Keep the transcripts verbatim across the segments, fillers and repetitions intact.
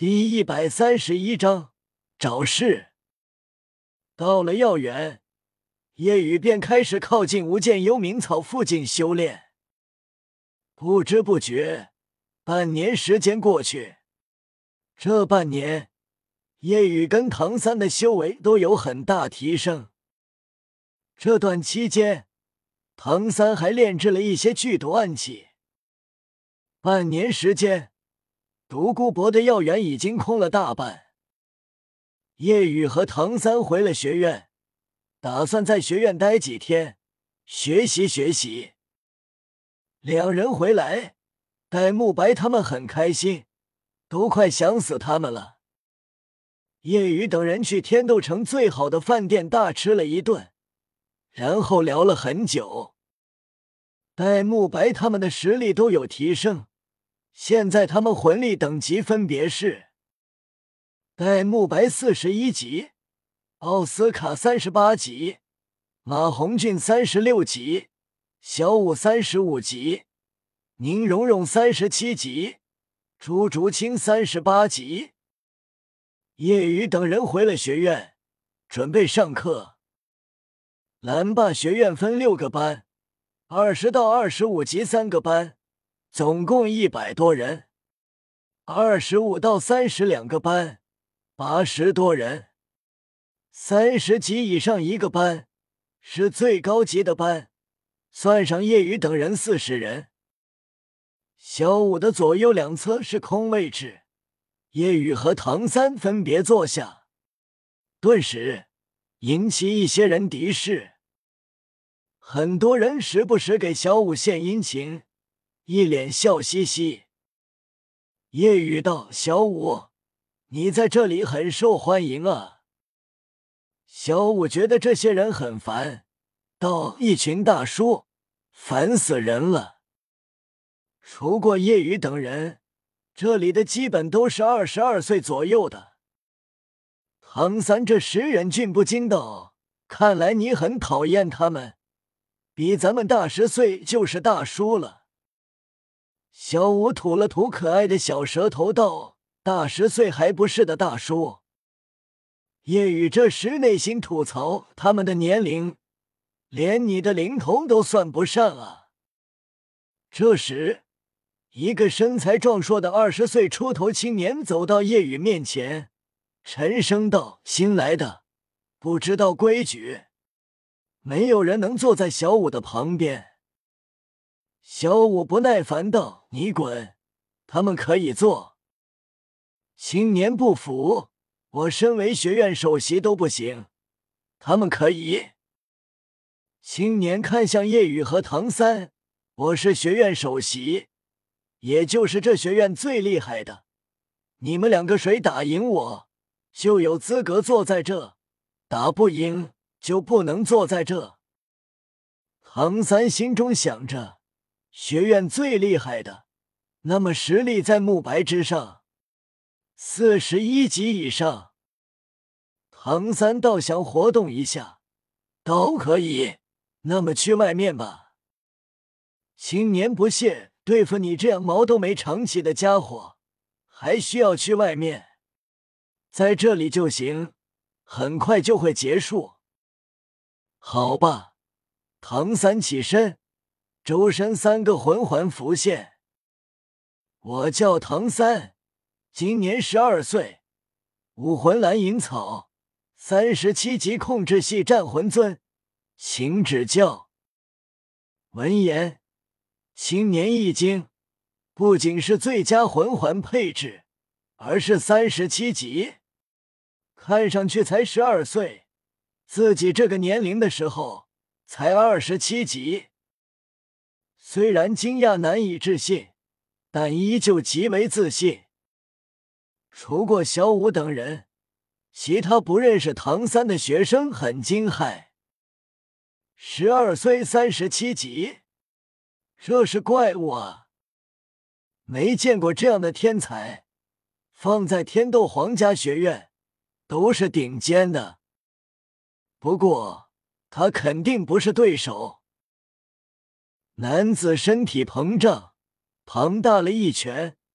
第一百三十一章找事。到了药园，夜雨便开始靠近无间幽冥草附近修炼。不知不觉，半年时间过去。这半年，夜雨跟唐三的修为都有很大提升。这段期间，唐三还炼制了一些剧毒暗器。半年时间，独孤博的药园已经空了大半。夜雨和唐三回了学院，打算在学院待几天，学习学习。两人回来，戴沐白他们很开心，都快想死他们了。夜雨等人去天斗城最好的饭店大吃了一顿，然后聊了很久。戴沐白他们的实力都有提升，现在他们魂力等级分别是：戴沐白四十一级，奥斯卡三十八级，马红俊三十六级，小舞三十五级，宁荣荣三十七级，朱竹清三十八级。叶雨等人回了学院，准备上课。蓝霸学院分六个班，二十到二十五级三个班，总共一百多人。二十五到三十两个班，八十多人。三十级以上一个班，是最高级的班，算上叶雨等人四十人。小舞的左右两侧是空位置，叶雨和唐三分别坐下，顿时引起一些人敌视。很多人时不时给小舞献殷勤，一脸笑嘻嘻。叶雨道：“小舞，你在这里很受欢迎啊。”小舞觉得这些人很烦，道：“一群大叔，烦死人了。”除过叶雨等人，这里的基本都是二十二岁左右的。唐三这时忍俊不禁道：“看来你很讨厌他们，比咱们大十岁就是大叔了。”小舞吐了吐可爱的小舌头道：“大十岁还不是的大叔。”叶雨这时内心吐槽他们的年龄，连你的零头都算不上啊。这时，一个身材壮硕的二十岁出头青年走到叶雨面前，沉声道：“新来的，不知道规矩，没有人能坐在小舞的旁边。”小舞不耐烦道：“你滚，他们可以坐。”青年不服：“我身为学院首席都不行，他们可以。”青年看向叶雨和唐三：“我是学院首席，也就是这学院最厉害的，你们两个谁打赢我，就有资格坐在这，打不赢就不能坐在这。”唐三心中想着，学院最厉害的，那么实力在沐白之上，四十一级以上。唐三倒想活动一下，都可以，那么去外面吧。青年不屑：“对付你这样毛都没长齐的家伙，还需要去外面？在这里就行，很快就会结束。”好吧。唐三起身，周身三个魂环浮现。我叫唐三，今年十二岁，武魂蓝银草，三十七级控制系战魂尊，请指教。闻言，青年一惊，不仅是最佳魂环配置，而是三十七级，看上去才十二岁，自己这个年龄的时候才二十七级。虽然惊讶难以置信，但依旧极为自信。除过小舞等人，其他不认识唐三的学生很惊骇。十二岁三十七级，这是怪物啊！没见过这样的天才，放在天斗皇家学院都是顶尖的。不过他肯定不是对手。男子身体膨胀，庞大了一拳，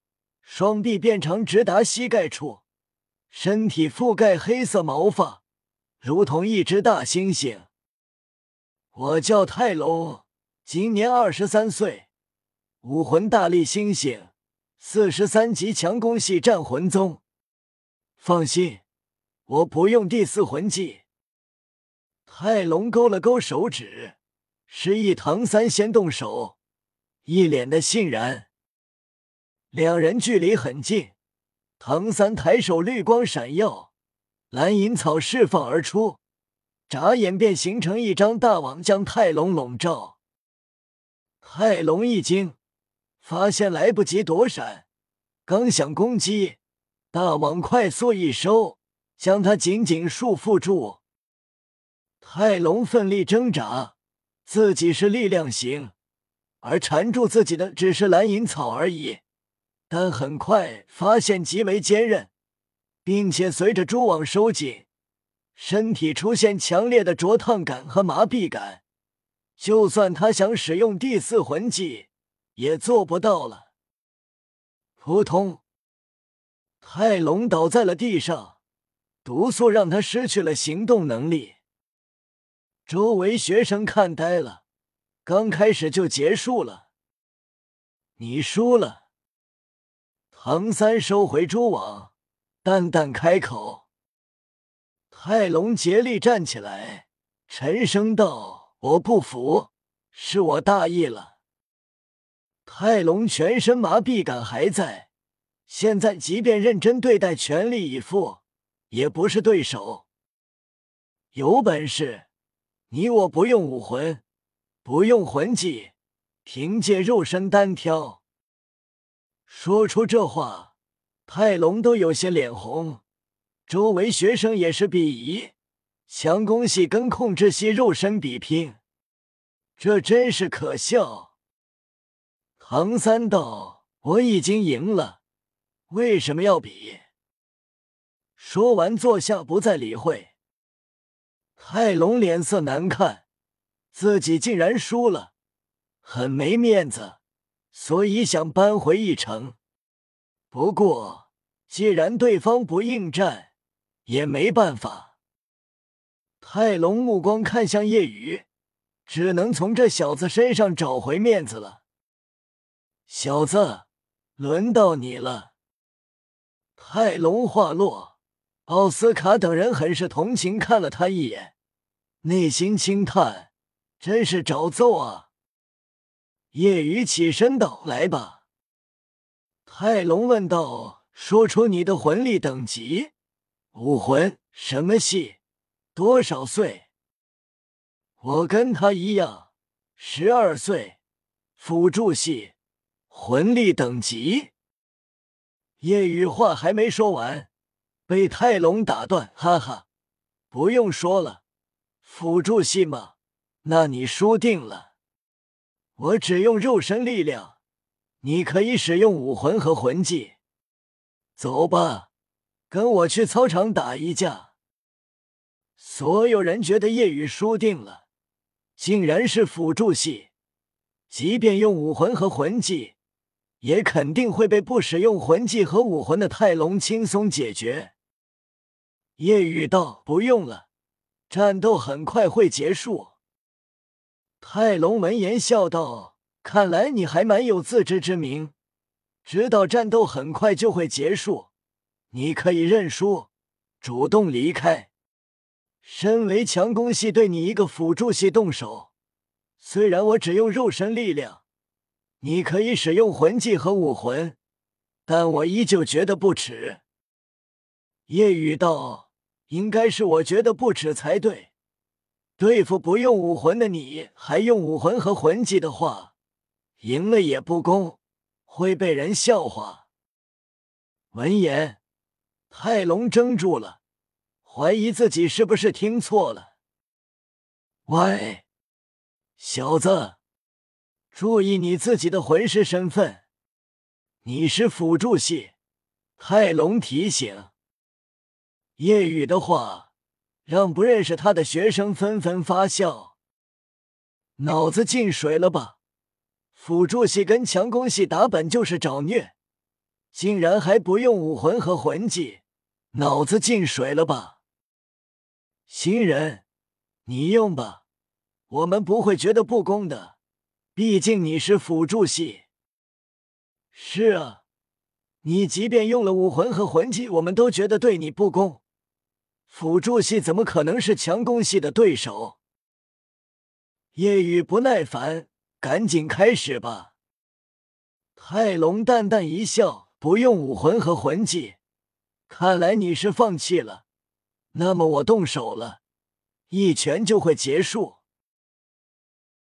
双臂变长直达膝盖处，身体覆盖黑色毛发，如同一只大猩猩。我叫泰隆，今年二十三岁，武魂大力猩猩，四十三级强攻系战魂宗。放心，我不用第四魂技。泰隆勾了勾手指，示意唐三先动手，一脸的欣然。两人距离很近，唐三抬手绿光闪耀，蓝银草释放而出，眨眼便形成一张大网将泰隆笼罩。泰隆一惊，发现来不及躲闪，刚想攻击，大网快速一收，将他紧紧束缚住。泰隆奋力挣扎，自己是力量型，而缠住自己的只是蓝银草而已，但很快发现极为坚韧，并且随着蛛网收紧，身体出现强烈的灼烫感和麻痹感，就算他想使用第四魂技也做不到了。扑通，泰隆倒在了地上，毒素让他失去了行动能力。周围学生看呆了，刚开始就结束了。你输了。唐三收回蛛网，淡淡开口。泰隆竭力站起来，沉声道：我不服，是我大意了。泰隆全身麻痹感还在，现在即便认真对待，全力以赴，也不是对手。有本事你我不用武魂，不用魂技，凭借肉身单挑。说出这话，泰隆都有些脸红，周围学生也是鄙夷，强攻系跟控制系肉身比拼，这真是可笑。唐三道：我已经赢了，为什么要比？说完坐下不再理会。泰隆脸色难看，自己竟然输了，很没面子，所以想扳回一城。不过既然对方不应战，也没办法。泰隆目光看向叶雨，只能从这小子身上找回面子了。小子，轮到你了。泰隆话落，奥斯卡等人很是同情看了他一眼，内心轻叹，真是找揍啊。叶雨起身道：来吧。泰隆问道：说出你的魂力等级，武魂什么系，多少岁？我跟他一样，十二岁，辅助系，魂力等级。叶雨话还没说完，被泰隆打断，哈哈，不用说了，辅助系嘛，那你输定了。我只用肉身力量，你可以使用武魂和魂技。走吧，跟我去操场打一架。所有人觉得叶雨输定了，竟然是辅助系，即便用武魂和魂技，也肯定会被不使用魂技和武魂的泰隆轻松解决。叶雨道：不用了，战斗很快会结束。泰隆闻言笑道：看来你还蛮有自知之明，知道战斗很快就会结束，你可以认输，主动离开。身为强攻系，对你一个辅助系动手，虽然我只用肉身力量，你可以使用魂技和武魂，但我依旧觉得不耻。叶雨道：应该是我觉得不耻才对，对付不用武魂的你，还用武魂和魂技的话，赢了也不公，会被人笑话。闻言，泰隆怔住了，怀疑自己是不是听错了。喂，小子，注意你自己的魂师身份，你是辅助系。泰隆提醒。叶雨的话让不认识他的学生纷纷发笑。脑子进水了吧？辅助系跟强攻系打本就是找虐， 竟然还不用武魂和魂技，脑子进水了吧？新人，你用吧，我们不会觉得不公的，毕竟你是辅助系。是啊，你即便用了武魂和魂技，我们都觉得对你不公。辅助系怎么可能是强攻系的对手？夜雨不耐烦，赶紧开始吧。泰隆淡淡一笑，不用武魂和魂技，看来你是放弃了。那么我动手了，一拳就会结束。